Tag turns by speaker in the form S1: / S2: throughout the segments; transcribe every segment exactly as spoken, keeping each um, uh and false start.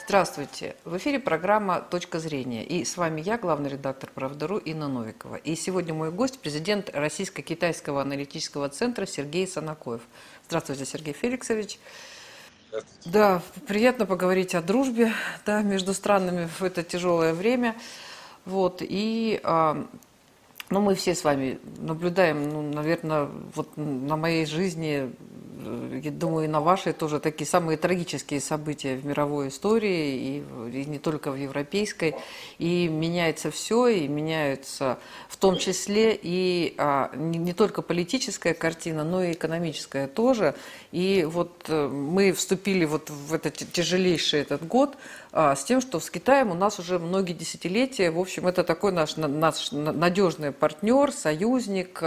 S1: Здравствуйте! В эфире программа «Точка зрения». И с вами я, главный редактор «Правда.ру» Инна Новикова. И сегодня мой гость – президент Российско-Китайского аналитического центра Сергей Санакоев. Здравствуйте, Сергей Феликсович.
S2: Здравствуйте.
S1: Да, приятно поговорить о дружбе, да, между странами в это тяжелое время. Вот, и а, ну, мы все с вами наблюдаем, ну, наверное, вот на моей жизни, я думаю, и на вашей тоже такие самые трагические события в мировой истории, и, и не только в европейской. И меняется все, и меняются в том числе и а, не, не только политическая картина, но и экономическая тоже. И вот мы вступили вот в этот тяжелейший этот год а, с тем, что с Китаем у нас уже многие десятилетия, в общем, это такой наш, наш надежный партнер, союзник,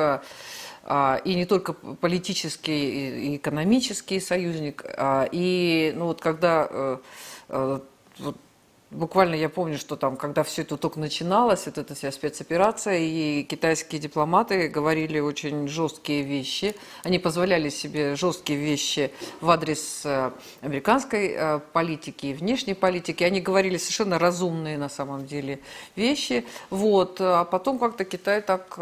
S1: и не только политический, и экономический союзник. И ну, вот когда вот, буквально я помню, что там, когда все это только начиналось, вот эта вся спецоперация, и китайские дипломаты говорили очень жесткие вещи. Они позволяли себе жесткие вещи в адрес американской политики и внешней политики. Они говорили совершенно разумные на самом деле вещи. Вот. А потом как-то Китай так...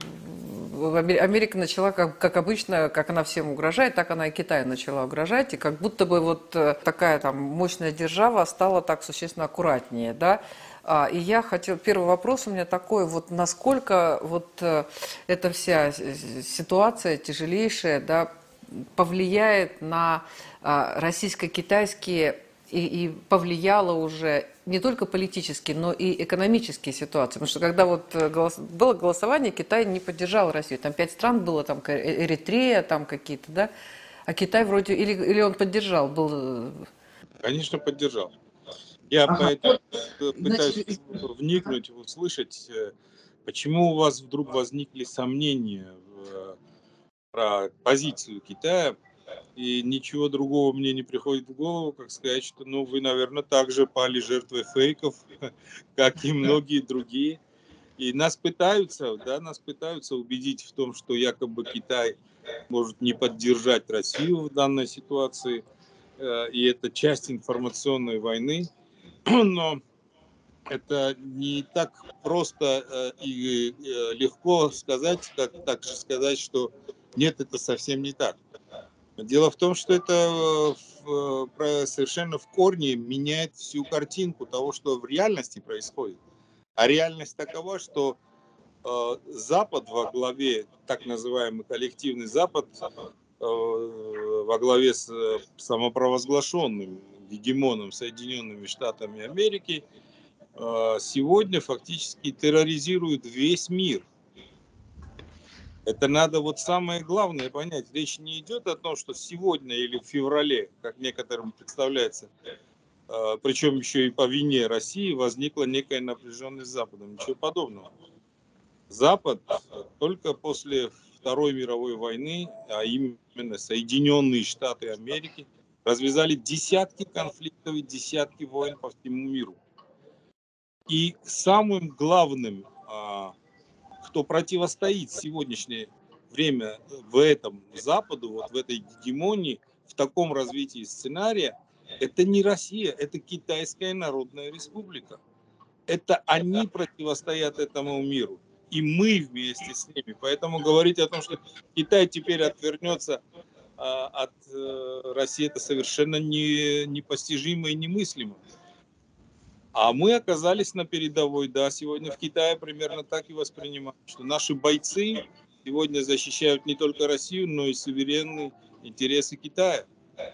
S1: Америка начала, как, как обычно, как она всем угрожает, так она и Китаю начала угрожать. И как будто бы вот такая там мощная держава стала так существенно аккуратнее, да. И я хотела, первый вопрос у меня такой, вот насколько вот эта вся ситуация тяжелейшая, да, повлияет на российско-китайские и, и повлияла уже не только политически, но и экономические ситуации. Потому что когда вот голос... было голосование, Китай не поддержал Россию. Там пять стран было, там Эритрея, там какие-то, да? А Китай вроде... Или, или он поддержал? Был...
S2: Конечно, поддержал. Я ага. поэтому пытаюсь вникнуть, услышать, почему у вас вдруг возникли сомнения в... про позицию Китая. И ничего другого мне не приходит в голову, как сказать, что ну, вы, наверное, также пали жертвой фейков, как и многие другие. И нас пытаются, да, нас пытаются убедить в том, что якобы Китай может не поддержать Россию в данной ситуации. И это часть информационной войны. Но это не так просто и легко сказать, как так же сказать, что нет, это совсем не так. Дело в том, что это совершенно в корне меняет всю картинку того, что в реальности происходит. А реальность такова, что Запад во главе, так называемый коллективный Запад, во главе с самопровозглашенным гегемоном Соединенными Штатами Америки, сегодня фактически терроризирует весь мир. Это надо вот самое главное понять. Речь не идет о том, что сегодня или в феврале, как некоторым представляется, причем еще и по вине России, возникла некая напряженность с Западом. Ничего подобного. Запад только после Второй мировой войны, а именно Соединенные Штаты Америки, развязали десятки конфликтов и десятки войн по всему миру. И самым главным, кто противостоит в сегодняшнее время в этом Западу, вот в этой гегемонии, в таком развитии сценария, это не Россия, это Китайская Народная Республика. Это они противостоят этому миру, и мы вместе с ними. Поэтому говорить о том, что Китай теперь отвернется а, от а, России, это совершенно не, непостижимо и немыслимо. А мы оказались на передовой, да, сегодня в Китае примерно так и воспринимают, что наши бойцы сегодня защищают не только Россию, но и суверенные интересы Китая.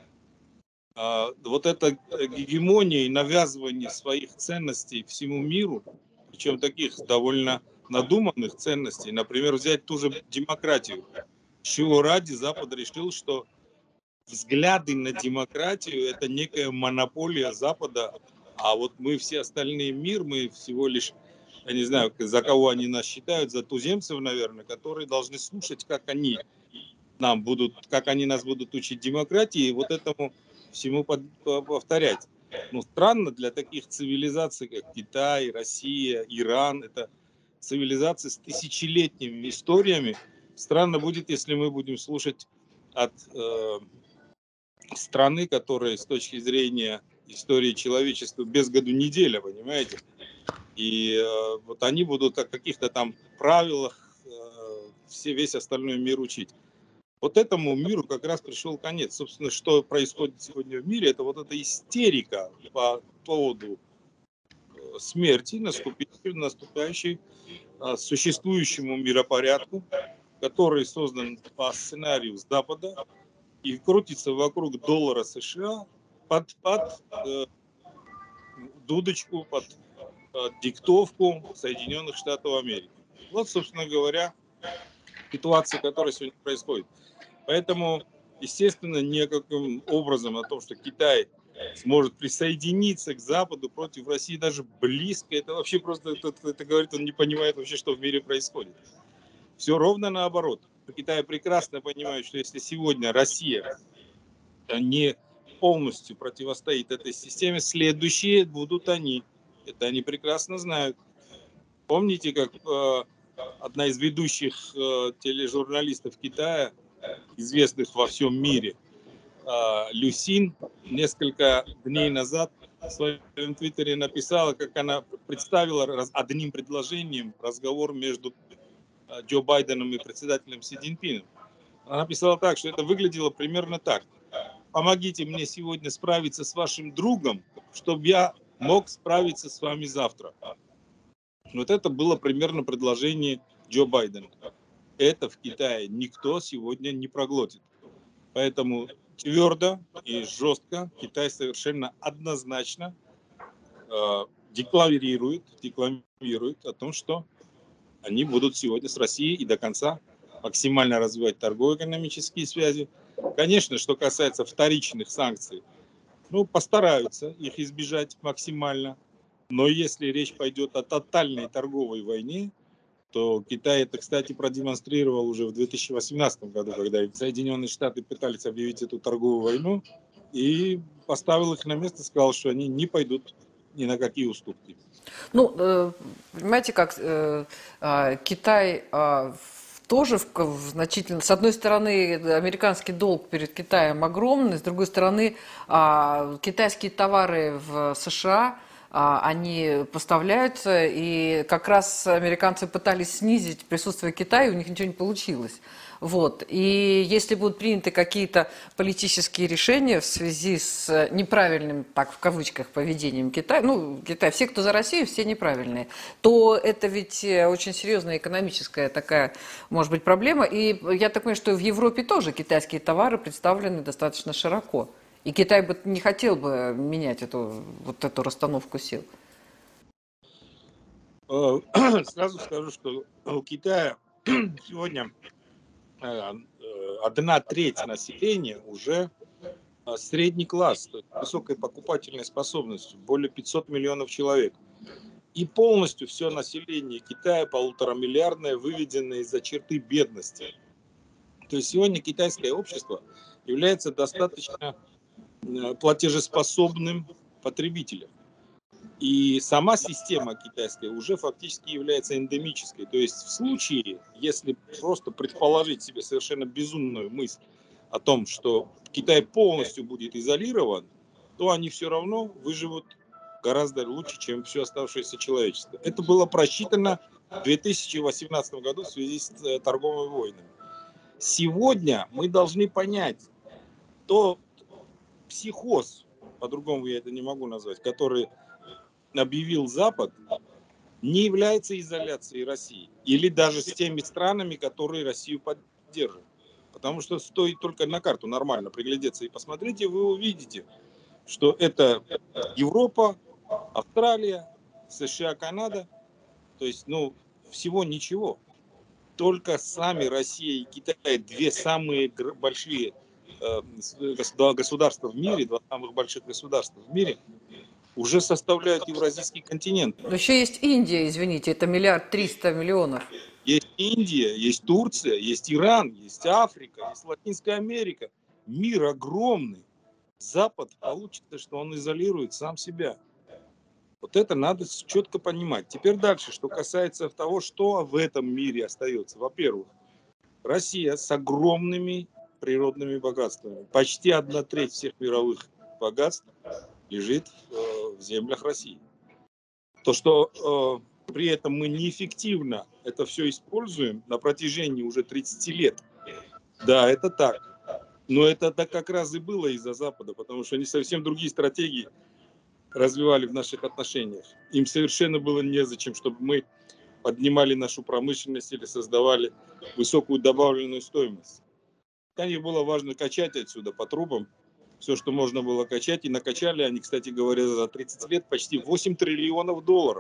S2: А, вот эта гегемония и навязывание своих ценностей всему миру, причем таких довольно надуманных ценностей, например, взять ту же демократию. Чего ради Запад решил, что взгляды на демократию – это некая монополия Запада, а вот мы все остальные мир, мы всего лишь, я не знаю, за кого они нас считают, за туземцев, наверное, которые должны слушать, как они нам будут, как они нас будут учить демократии, и вот этому всему повторять. Ну, странно для таких цивилизаций, как Китай, Россия, Иран, это цивилизации с тысячелетними историями. Странно будет, если мы будем слушать от э, страны, которая с точки зрения истории человечества без году неделя, понимаете? И э, вот они будут о каких-то там правилах э, все, весь остальной мир учить. Вот этому миру как раз пришел конец. Собственно, что происходит сегодня в мире, это вот эта истерика по поводу смерти, наступающей, наступающей а, существующему миропорядку, который создан по сценарию с Запада и крутится вокруг доллара США под, под э, дудочку, под э, диктовку Соединенных Штатов Америки. Вот, собственно говоря, ситуация, которая сегодня происходит. Поэтому, естественно, никаким образом о том, что Китай сможет присоединиться к Западу против России даже близко, это вообще просто, это, это говорит, он не понимает вообще, что в мире происходит. Все ровно наоборот. Китай прекрасно понимает, что если сегодня Россия не полностью противостоит этой системе, следующие будут они. Это они прекрасно знают. Помните, как э, одна из ведущих э, тележурналистов Китая, известных во всем мире, э, Люсин, несколько дней назад в своем твиттере написала, как она представила раз, одним предложением разговор между э, Джо Байденом и председателем Си Цзиньпином. Она написала так, что это выглядело примерно так. Помогите мне сегодня справиться с вашим другом, чтобы я мог справиться с вами завтра. Вот это было примерно предложение Джо Байдена. Это в Китае никто сегодня не проглотит. Поэтому твердо и жестко Китай совершенно однозначно э, декларирует, декламирует о том, что они будут сегодня с Россией и до конца максимально развивать торгово-экономические связи. Конечно, что касается вторичных санкций, ну, постараются их избежать максимально. Но если речь пойдет о тотальной торговой войне, то Китай это, кстати, продемонстрировал уже в две тысячи восемнадцатом году, когда Соединенные Штаты пытались объявить эту торговую войну, и поставил их на место, сказал, что они не пойдут ни на какие уступки.
S1: Ну, э, понимаете, как э, э, Китай э, тоже в, в значительно... С одной стороны, американский долг перед Китаем огромный, с другой стороны, э, китайские товары в США, они поставляются, и как раз американцы пытались снизить присутствие Китая, у них ничего не получилось. Вот. И если будут приняты какие-то политические решения в связи с неправильным, так в кавычках, поведением Китая, ну, Китай, все, кто за Россию, все неправильные, то это ведь очень серьезная экономическая такая, может быть, проблема. И я так понимаю, что в Европе тоже китайские товары представлены достаточно широко. И Китай бы не хотел бы менять эту, вот эту расстановку сил.
S2: Сразу скажу, что у Китая сегодня одна треть населения уже средний класс, то есть высокой покупательной способностью, более пятьсот миллионов человек. И полностью все население Китая, полуторамиллиардное, выведено из-за черты бедности. То есть сегодня китайское общество является достаточно платежеспособным потребителем. И сама система китайская уже фактически является эндемической. То есть в случае, если просто предположить себе совершенно безумную мысль о том, что Китай полностью будет изолирован, то они все равно выживут гораздо лучше, чем все оставшееся человечество. Это было просчитано в две тысячи восемнадцатом году в связи с торговыми войнами. Сегодня мы должны понять, то психоз, по-другому я это не могу назвать, который объявил Запад, не является изоляцией России. Или даже с теми странами, которые Россию поддерживают. Потому что стоит только на карту нормально приглядеться и посмотреть, и вы увидите, что это Европа, Австралия, США, Канада. То есть, ну, всего ничего. Только сами Россия и Китай, две самые большие государства в мире, два самых больших государства в мире, уже составляют евразийский континент.
S1: Но еще есть Индия, извините, это миллиард триста миллионов.
S2: Есть Индия, есть Турция, есть Иран, есть Африка, есть Латинская Америка. Мир огромный. Запад получится, что он изолирует сам себя. Вот это надо четко понимать. Теперь дальше, что касается того, что в этом мире остается. Во-первых, Россия с огромными природными богатствами. Почти одна треть всех мировых богатств лежит в землях России. То, что э, при этом мы неэффективно это все используем на протяжении уже тридцати лет, да, это так. Но это так как раз и было из-за Запада, потому что они совсем другие стратегии развивали в наших отношениях. Им совершенно было незачем, чтобы мы поднимали нашу промышленность или создавали высокую добавленную стоимость. Для них было важно качать отсюда по трубам все, что можно было качать. И накачали они, кстати говоря, за тридцать лет почти восемь триллионов долларов.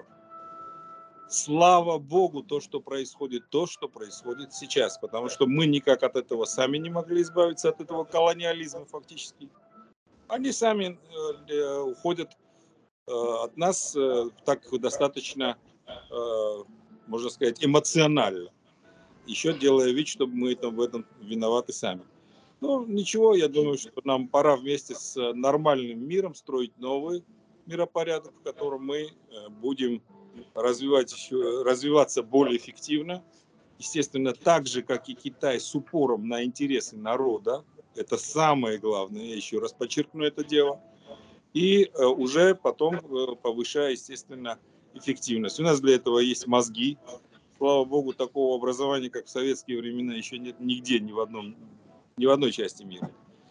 S2: Слава Богу, то, что происходит, то, что происходит сейчас. Потому что мы никак от этого сами не могли избавиться, от этого колониализма фактически. Они сами э, уходят э, от нас э, так достаточно, э, можно сказать, эмоционально. Еще делая вид, чтобы мы там, в этом виноваты сами. Ну, ничего, я думаю, что нам пора вместе с нормальным миром строить новый миропорядок, в котором мы будем развивать, развиваться более эффективно. Естественно, так же, как и Китай, с упором на интересы народа. Это самое главное, я еще раз подчеркну это дело. И уже потом повышая, естественно, эффективность. У нас для этого есть мозги. Слава богу, такого образования, как в советские времена, еще нет нигде, ни в одном, ни в одной части мира.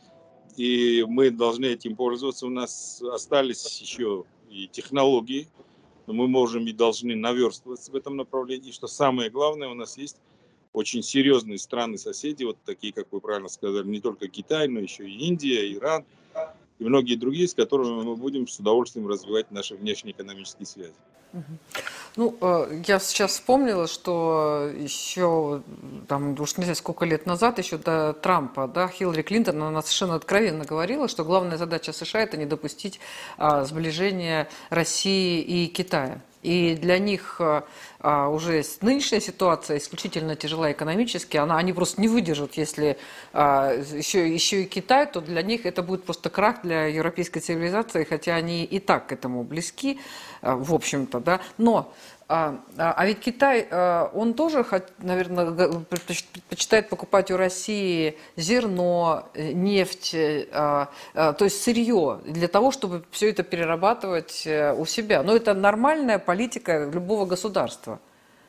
S2: И мы должны этим пользоваться. У нас остались еще и технологии, но мы можем и должны наверстываться в этом направлении. И что самое главное, у нас есть очень серьезные страны-соседи, вот такие, как вы правильно сказали, не только Китай, но еще и Индия, Иран и многие другие, с которыми мы будем с удовольствием развивать наши внешнеэкономические связи.
S1: Ну, я сейчас вспомнила, что еще, там, уж не знаю, сколько лет назад, еще до Трампа, да, Хиллари Клинтон, она совершенно откровенно говорила, что главная задача США – это не допустить а, сближения России и Китая. И для них а, уже нынешняя ситуация исключительно тяжела экономически, она, они просто не выдержат, если а, еще, еще и Китай, то для них это будет просто крах для европейской цивилизации, хотя они и так к этому близки, а, в общем-то, да, но... А, а ведь Китай, он тоже, наверное, предпочитает покупать у России зерно, нефть, то есть сырье, для того, чтобы все это перерабатывать у себя. Но это нормальная политика любого государства.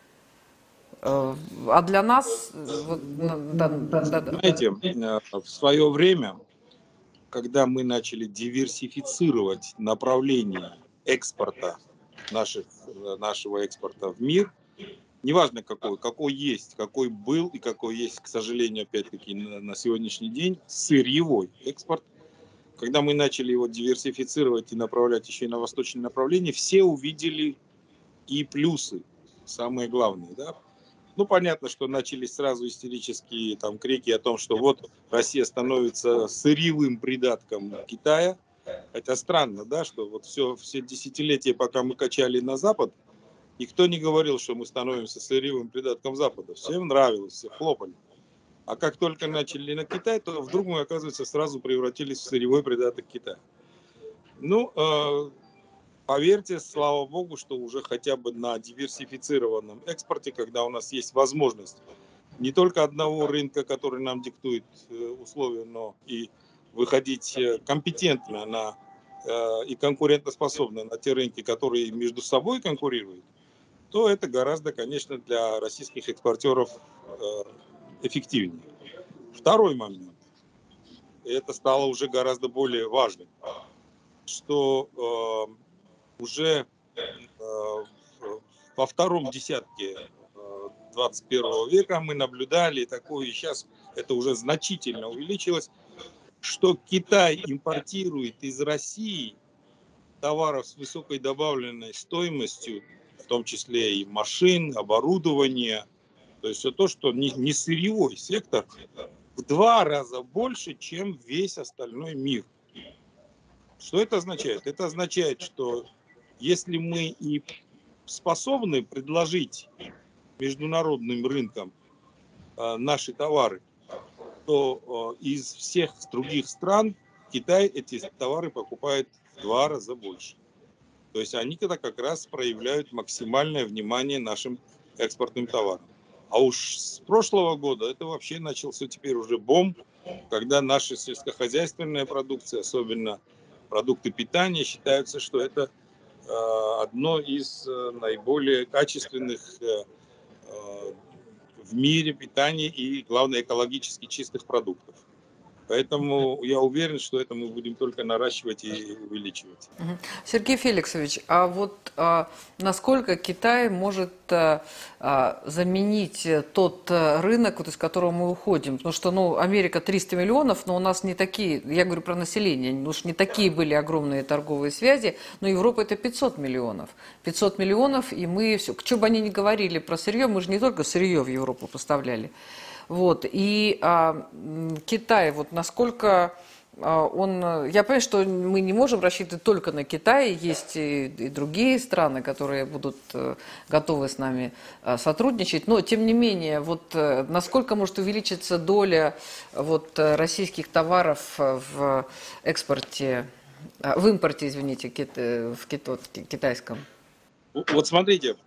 S1: А для нас... Вот, да, да, да.
S2: Знаете, в свое время, когда мы начали диверсифицировать направление экспорта, Наших, нашего экспорта в мир, неважно какой, какой есть, какой был и какой есть, к сожалению, опять-таки на, на сегодняшний день, сырьевой экспорт. Когда мы начали его диверсифицировать и направлять еще и на восточное направление, все увидели и плюсы, самые главные. Да? Ну, понятно, что начались сразу истерические там, крики о том, что вот Россия становится сырьевым придатком Китая. Хотя странно, да, что вот все, все десятилетия, пока мы качали на Запад, никто не говорил, что мы становимся сырьевым придатком Запада. Всем нравилось, все хлопали. А как только начали на Китай, то вдруг мы, оказывается, сразу превратились в сырьевой придаток Китая. Ну, э, поверьте, слава богу, что уже хотя бы на диверсифицированном экспорте, когда у нас есть возможность не только одного рынка, который нам диктует условия, но и выходить компетентно на, э, и конкурентоспособно на те рынки, которые между собой конкурируют, то это гораздо, конечно, для российских экспортеров э, эффективнее. Второй момент, и это стало уже гораздо более важным, что э, уже э, во втором десятке э, двадцать первого века мы наблюдали такое, и сейчас это уже значительно увеличилось, что Китай импортирует из России товаров с высокой добавленной стоимостью, в том числе и машин, оборудования, то есть все то, что не, не сырьевой сектор, в два раза больше, чем весь остальной мир. Что это означает? Это означает, что если мы и способны предложить международным рынкам э, наши товары, то э, из всех других стран Китай эти товары покупает в два раза больше. То есть они тогда как раз проявляют максимальное внимание нашим экспортным товарам. А уж с прошлого года это вообще начался теперь уже бум, когда наша сельскохозяйственная продукция, особенно продукты питания, считается, что это одно из наиболее качественных в мире питания и, главное, экологически чистых продуктов. Поэтому я уверен, что это мы будем только наращивать и увеличивать.
S1: Сергей Феликсович, а вот а, насколько Китай может а, а, заменить тот рынок, вот, из которого мы уходим? Потому что, ну, Америка триста миллионов, но у нас не такие, я говорю про население, ну уж не такие были огромные торговые связи, но Европа это пятьсот миллионов. пятьсот миллионов, и мы все, что бы они ни говорили про сырье, мы же не только сырье в Европу поставляли. Вот, и а, Китай, вот насколько а, он... Я понимаю, что мы не можем рассчитывать только на Китай, есть и, и другие страны, которые будут а, готовы с нами а, сотрудничать, но, тем не менее, вот а, насколько может увеличиться доля вот, российских товаров в экспорте, а, в импорте, извините, кит, в, кит, вот, китайском?
S2: Вот смотрите,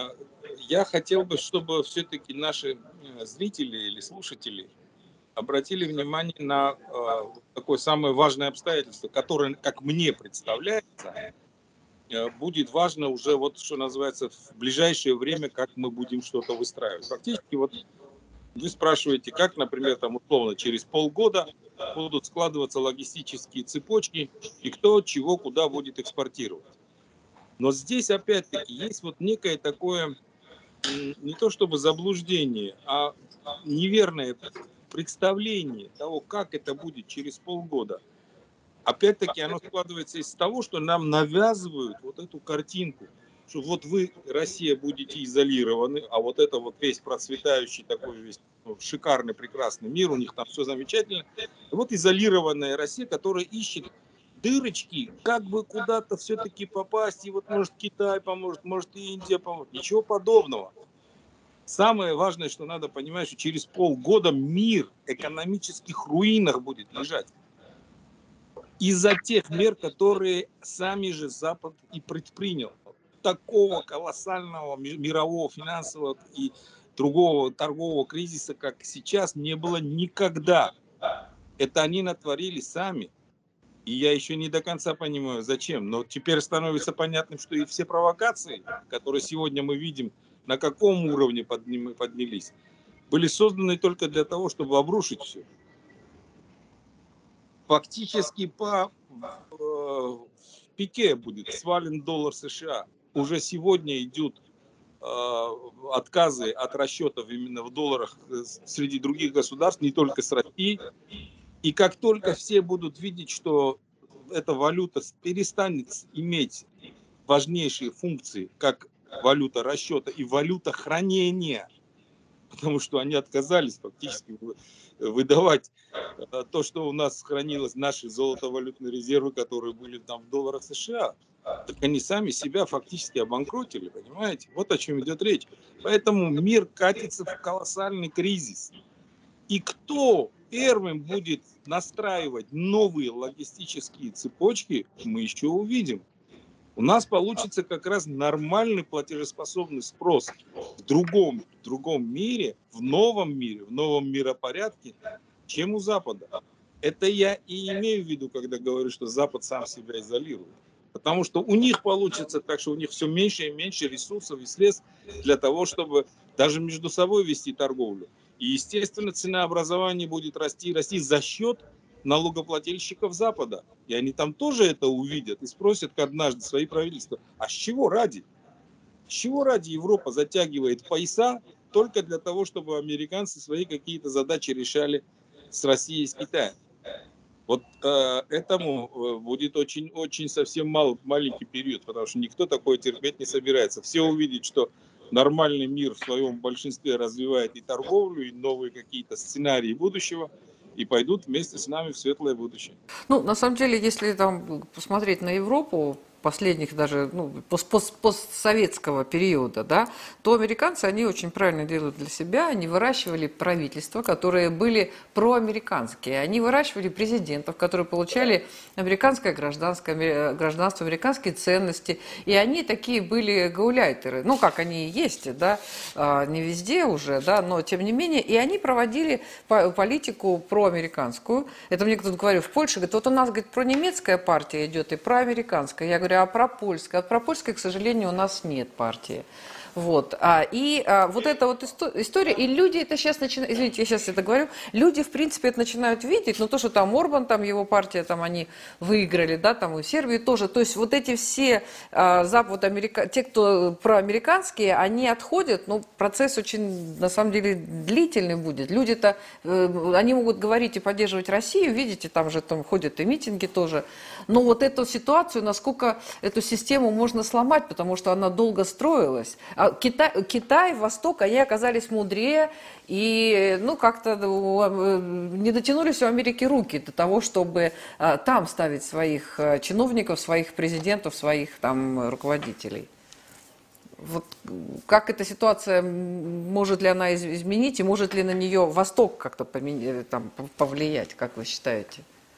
S2: я хотел бы, чтобы все-таки наши зрители или слушатели обратили внимание на э, такое самое важное обстоятельство, которое, как мне представляется, э, будет важно уже, вот что называется, в ближайшее время, как мы будем что-то выстраивать. Фактически, вот вы спрашиваете, как, например, там условно через полгода будут складываться логистические цепочки и кто чего куда будет экспортировать. Но здесь, опять-таки, есть вот некое такое, не то чтобы заблуждение, а неверное представление того, как это будет через полгода. Опять-таки, оно складывается из того, что нам навязывают вот эту картинку, что вот вы, Россия, будете изолированы, а вот это вот весь процветающий такой весь ну, шикарный, прекрасный мир, у них там все замечательно. И вот изолированная Россия, которая ищет дырочки, как бы куда-то все-таки попасть, и вот может Китай поможет, может и Индия поможет. Ничего подобного. Самое важное, что надо понимать, что через полгода мир в экономических руинах будет лежать. Из-за тех мер, которые сами же Запад и предпринял. Такого колоссального мирового финансового и другого торгового кризиса, как сейчас, не было никогда. Это они натворили сами. И я еще не до конца понимаю, зачем. Но теперь становится понятным, что и все провокации, которые сегодня мы видим, на каком уровне поднялись, были созданы только для того, чтобы обрушить все. Фактически по э, пике будет свален доллар США. Уже сегодня идут э, отказы от расчетов именно в долларах среди других государств, не только с Россией. И как только все будут видеть, что эта валюта перестанет иметь важнейшие функции, как валюта расчета и валюта хранения, потому что они отказались фактически выдавать то, что у нас хранилось, наши золотовалютные резервы, которые были там в долларах США, так они сами себя фактически обанкротили, понимаете? Вот о чем идет речь. Поэтому мир катится в колоссальный кризис. И кто первым будет настраивать новые логистические цепочки, мы еще увидим. У нас получится как раз нормальный платежеспособный спрос в другом, в другом мире, в новом мире, в новом миропорядке, чем у Запада. Это я и имею в виду, когда говорю, что Запад сам себя изолирует. Потому что у них получится так, что у них все меньше и меньше ресурсов и средств для того, чтобы даже между собой вести торговлю. И, естественно, ценообразование будет расти, расти за счет налогоплательщиков Запада. И они там тоже это увидят и спросят однажды свои правительства, а с чего ради? С чего ради Европа затягивает пояса только для того, чтобы американцы свои какие-то задачи решали с Россией и с Китаем? Вот э, этому будет очень-очень совсем мал, маленький период, потому что никто такое терпеть не собирается. Все увидят, что нормальный мир в своем большинстве развивает и торговлю, и новые какие-то сценарии будущего, и пойдут вместе с нами в светлое будущее.
S1: Ну, на самом деле, если там посмотреть на Европу, последних даже ну, пост -пост постсоветского периода, да, то американцы, они очень правильно делают для себя, они выращивали правительства, которые были проамериканские, они выращивали президентов, которые получали американское гражданское, гражданство, американские ценности, и они такие были гауляйтеры, ну, как они и есть, да, не везде уже, да, но тем не менее, и они проводили политику проамериканскую. Это мне кто-то говорил в Польше, говорит, вот у нас, говорит, пронемецкая партия идет и проамериканская. Я говорю, а пропольская? А пропольской, к сожалению, у нас нет партии. Вот. А, и а, вот эта вот история, и люди это сейчас начинают, извините, я сейчас это говорю, люди, в принципе, это начинают видеть, но то, что там Орбан, там его партия, там они выиграли, да, там и в Сербии тоже, то есть вот эти все, а, запад, Америка, те, кто проамериканские, они отходят, ну, процесс очень, на самом деле, длительный будет. Люди-то, э, они могут говорить и поддерживать Россию, видите, там же там ходят и митинги тоже, но вот эту ситуацию, насколько эту систему можно сломать, потому что она долго строилась. Китай, Китай, Восток, они оказались мудрее и ну, как-то не дотянулись у Америки руки до того, чтобы а, там ставить своих чиновников, своих президентов, своих там руководителей. Вот как эта ситуация, может ли она изменить, и может ли на нее Восток как-то повлиять, как вы считаете?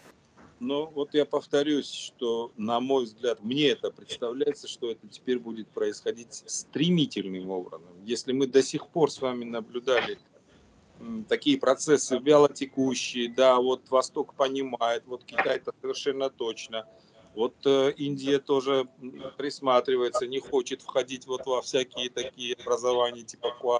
S2: Ну, вот я повторюсь, что, на мой взгляд, мне это представляется, что это теперь будет происходить стремительным образом. Если мы до сих пор с вами наблюдали м, такие процессы вялотекущие, да, вот Восток понимает, вот Китай-то совершенно точно, вот э, Индия тоже присматривается, не хочет входить вот во всякие такие образования типа Квад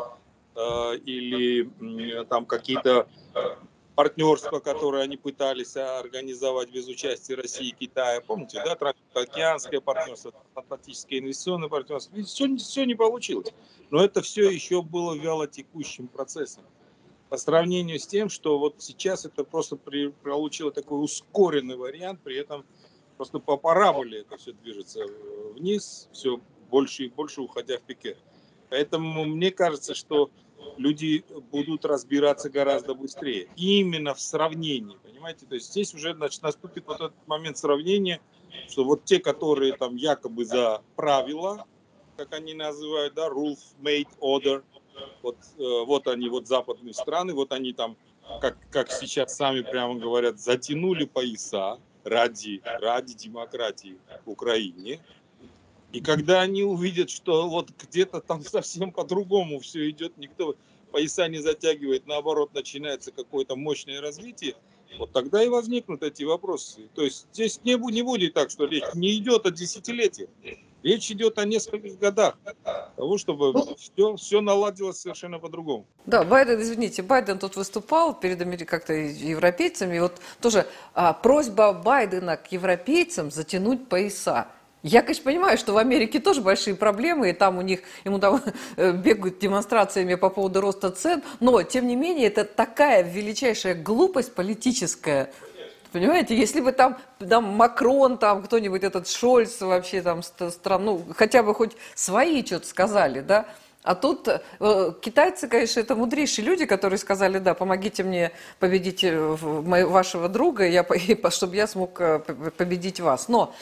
S2: э, или э, там какие-то партнерство, которое они пытались организовать без участия России и Китая. Помните, да, трансокеанское партнерство, атлантическое инвестиционное партнерство. Все, все не получилось. Но это все еще было вялотекущим процессом. По сравнению с тем, что вот сейчас это просто при, получило такой ускоренный вариант, при этом просто по параболе это все движется вниз, все больше и больше уходя в пике. Поэтому мне кажется, что люди будут разбираться гораздо быстрее. И именно в сравнении, понимаете? То есть здесь уже значит, наступит вот этот момент сравнения, что вот те, которые там якобы за правила, как они называют, да, rules made order, вот, э, вот они, вот западные страны, вот они там, как, как сейчас сами прямо говорят, затянули пояса ради, ради демократии в Украине. И когда они увидят, что вот где-то там совсем по-другому все идет, никто пояса не затягивает, наоборот, начинается какое-то мощное развитие, вот тогда и возникнут эти вопросы. То есть здесь не, не будет так, что речь не идет о десятилетиях, речь идет о нескольких годах того, чтобы все, все наладилось совершенно по-другому.
S1: Да, Байден, извините, Байден тут выступал перед как-то европейцами, и вот тоже а, просьба Байдена к европейцам затянуть пояса. Я, конечно, понимаю, что в Америке тоже большие проблемы, и там у них, ему там бегают демонстрациями по поводу роста цен, но, тем не менее, это такая величайшая глупость политическая. Понимаете, если бы там, там Макрон, там кто-нибудь, этот Шольц вообще там страну, хотя бы хоть свои что-то сказали, да, а тут э, китайцы, конечно, это мудрейшие люди, которые сказали, да, помогите мне победить вашего друга, я, чтобы я смог победить вас. Но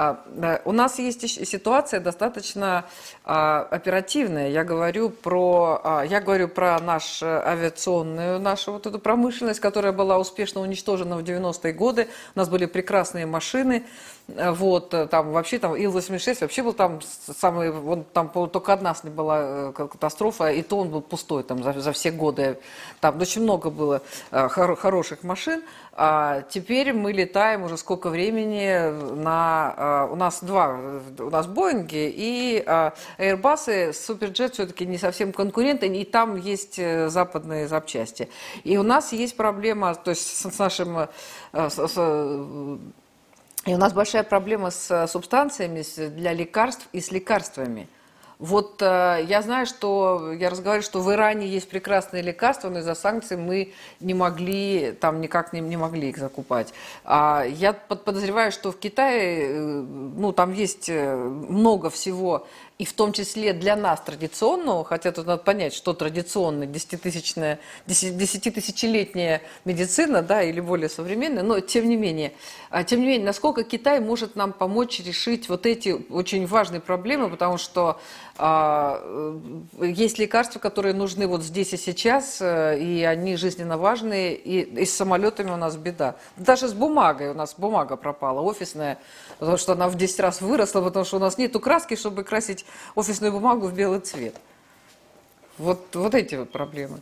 S1: у нас есть ситуация достаточно оперативная. Я говорю про, я говорю про нашу авиационную, нашу вот эту промышленность, которая была успешно уничтожена в девяностые годы. У нас были прекрасные машины. Вот, там вообще там Ил восемьдесят шесть вообще был там самый, вон, там только одна с ним была катастрофа, и то он был пустой там за, за все годы. Там очень много было хор хороших машин. А теперь мы летаем уже сколько времени на... У нас два, у нас Боинги и Airbus, Суперджет все-таки не совсем конкуренты, и там есть западные запчасти. И у нас есть проблема, то есть с нашим... С, с, и у нас большая проблема с субстанциями для лекарств и с лекарствами. Вот э, я знаю, что я разговариваю, что в Иране есть прекрасные лекарства, но из-за санкций мы не могли, там никак не, не могли их закупать. А я под- подозреваю, что в Китае, э, ну, там есть э, много всего, и в том числе для нас традиционного, хотя тут надо понять, что традиционная десятитысячная, десятитысячелетняя медицина, да, или более современная, но тем не менее, а, тем не менее, насколько Китай может нам помочь решить вот эти очень важные проблемы, потому что а, есть лекарства, которые нужны вот здесь и сейчас, и они жизненно важные, и, и с самолетами у нас беда. Даже с бумагой у нас бумага пропала, офисная, потому что она в десять раз выросла, потому что у нас нету краски, чтобы красить офисную бумагу в белый цвет. Вот, вот эти вот проблемы.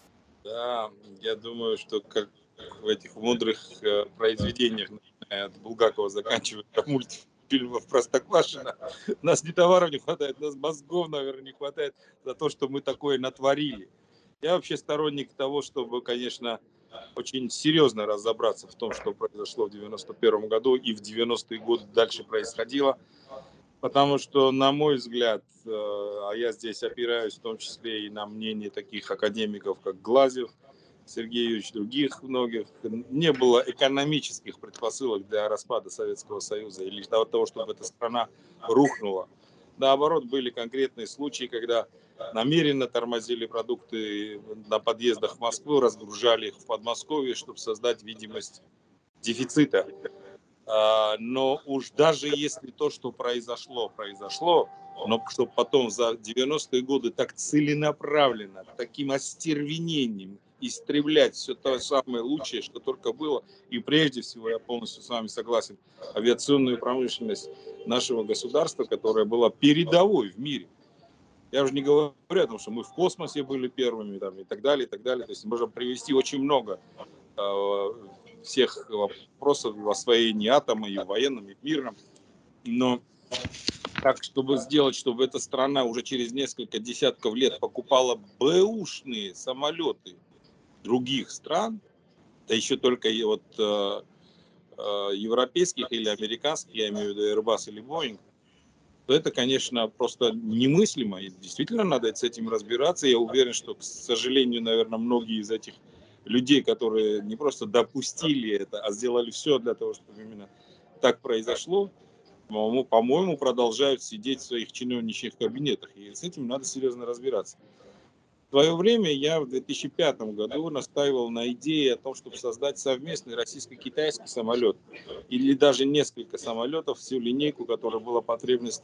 S2: Да, я думаю, что как в этих мудрых э, произведениях, начиная от Булгакова, заканчивая мультфильмов «Простоквашино», нас не товаров не хватает, нас мозгов, наверное, не хватает за то, что мы такое натворили. Я вообще сторонник того, чтобы, конечно, очень серьезно разобраться в том, что произошло в девяносто первом году и в девяностые годы дальше происходило. Потому что, на мой взгляд, э, а я здесь опираюсь в том числе и на мнение таких академиков, как Глазев, Сергей Юрьевич, других многих, не было экономических предпосылок для распада Советского Союза или для того, чтобы эта страна рухнула. Наоборот, были конкретные случаи, когда намеренно тормозили продукты на подъездах Москвы, разгружали их в Подмосковье, чтобы создать видимость дефицита. А, но уж даже если то, что произошло, произошло, но чтобы потом за девяностые годы так целенаправленно, таким остервенением истреблять все то самое лучшее, что только было, и прежде всего, я полностью с вами согласен, авиационную промышленность нашего государства, которая была передовой в мире. Я уже не говорю о том, что мы в космосе были первыми там, и так далее, и так далее. То есть мы можем привести очень много э, всех вопросов в освоении атома и в военном, и в мирном. Но так, чтобы сделать, чтобы эта страна уже через несколько десятков лет покупала бэушные самолеты других стран, да еще только и вот э, э, европейских или американских, я имею в виду Airbus или Boeing, то это, конечно, просто немыслимо. И действительно надо с этим разбираться. Я уверен, что, к сожалению, наверное, многие из этих людей, которые не просто допустили это, а сделали все для того, чтобы именно так произошло, по-моему, по-моему, продолжают сидеть в своих чиновничьих кабинетах. И с этим надо серьезно разбираться. В свое время я в две тысячи пятом году настаивал на идее о том, чтобы создать совместный российско-китайский самолет. Или даже несколько самолетов, всю линейку, которая была потребность.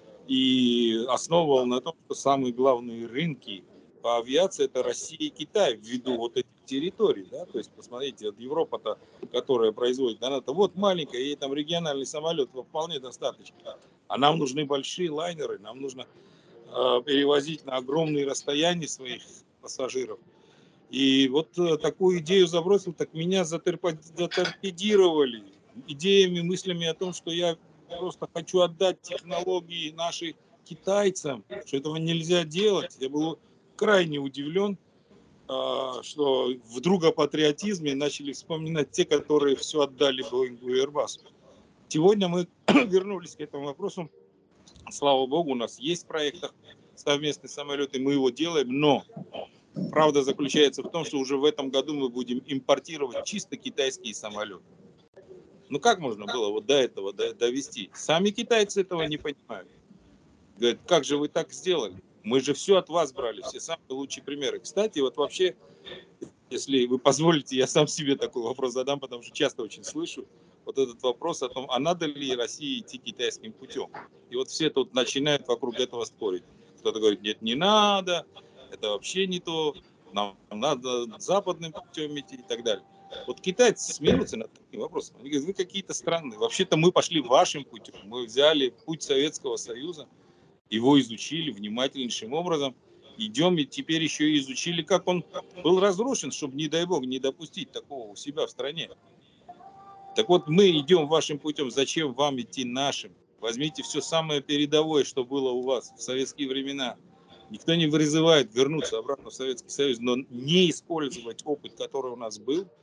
S2: И основывал на том, что самые главные рынки по авиации это Россия и Китай ввиду вот этих территорий, да, то есть посмотрите, вот Европа-то, которая производит, она-то вот маленькая, ей там региональный самолет вполне достаточно, а нам нужны большие лайнеры, нам нужно э, перевозить на огромные расстояния своих пассажиров. И вот э, такую идею забросил, так меня заторпедировали идеями, мыслями о том, что я просто хочу отдать технологии наши китайцам, что этого нельзя делать. Я был крайне удивлен, а, что в другопатриотизме начали вспоминать те, которые все отдали Boeing и Airbus. Сегодня мы вернулись к этому вопросу. Слава богу, у нас есть в проектах совместный самолет, и мы его делаем, но правда заключается в том, что уже в этом году мы будем импортировать чисто китайские самолеты. Ну как можно было вот до этого довести? Сами китайцы этого не понимают. Говорят, как же вы так сделали? Мы же все от вас брали, все самые лучшие примеры. Кстати, вот вообще, если вы позволите, я сам себе такой вопрос задам, потому что часто очень слышу вот этот вопрос о том, а надо ли России идти китайским путем. И вот все тут начинают вокруг этого спорить. Кто-то говорит, нет, не надо, это вообще не то, нам надо западным путем идти и так далее. Вот китайцы смеются над таким вопросом. Они говорят, вы какие-то странные. Вообще-то мы пошли вашим путем. Мы взяли путь Советского Союза, его изучили внимательнейшим образом. Идем и теперь еще и изучили, как он был разрушен, чтобы, не дай бог, не допустить такого у себя в стране. Так вот, мы идем вашим путем, зачем вам идти нашим? Возьмите все самое передовое, что было у вас в советские времена. Никто не призывает вернуться обратно в Советский Союз, но не использовать опыт, который у нас был,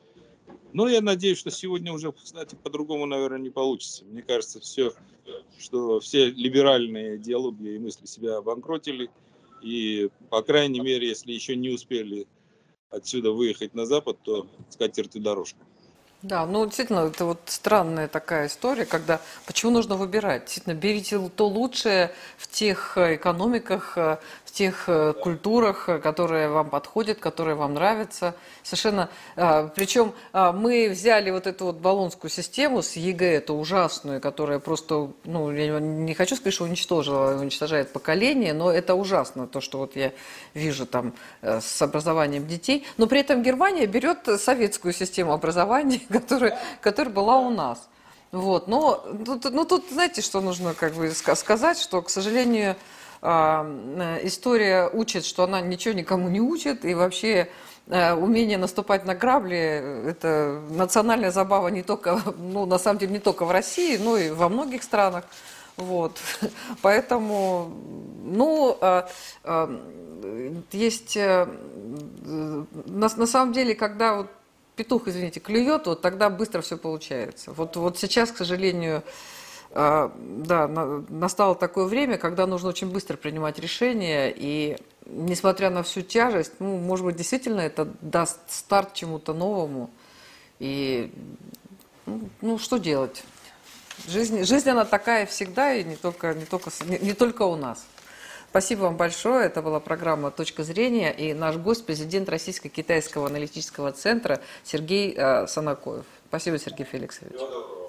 S2: Но я надеюсь, что сегодня уже, кстати, по-другому, наверное, не получится. Мне кажется, все, что все либеральные идеологии и мысли себя обанкротили. И, по крайней мере, если еще не успели отсюда выехать на Запад, то скатертью дорожка.
S1: Да, ну действительно, это вот странная такая история, когда почему нужно выбирать? Действительно, берите то лучшее в тех экономиках, в тех культурах, которые вам подходят, которые вам нравятся. Совершенно. Причем мы взяли вот эту вот болонскую систему с ЕГЭ, эту ужасную, которая просто, ну, я не хочу сказать, что уничтожила, уничтожает поколение, но это ужасно, то, что вот я вижу там с образованием детей. Но при этом Германия берет советскую систему образования, которая, которая была у нас. Вот. Но тут, ну, тут, знаете, что нужно как бы сказать, что, к сожалению, история учит, что она ничего никому не учит, и вообще умение наступать на грабли – это национальная забава не только, ну, на самом деле, не только в России, но и во многих странах. Вот. Поэтому, ну, есть, на, на самом деле, когда вот петух, извините, клюет, вот тогда быстро все получается. Вот, вот сейчас, к сожалению, да, настало такое время, когда нужно очень быстро принимать решения, и несмотря на всю тяжесть, ну, может быть, действительно это даст старт чему-то новому. И, ну, ну что делать? Жизнь, жизнь она такая всегда, и не только, не, только, не, не только у нас. Спасибо вам большое. Это была программа «Точка зрения». И наш гость, президент Российско-Китайского аналитического центра Сергей э, Санакоев. Спасибо, Сергей Феликсович.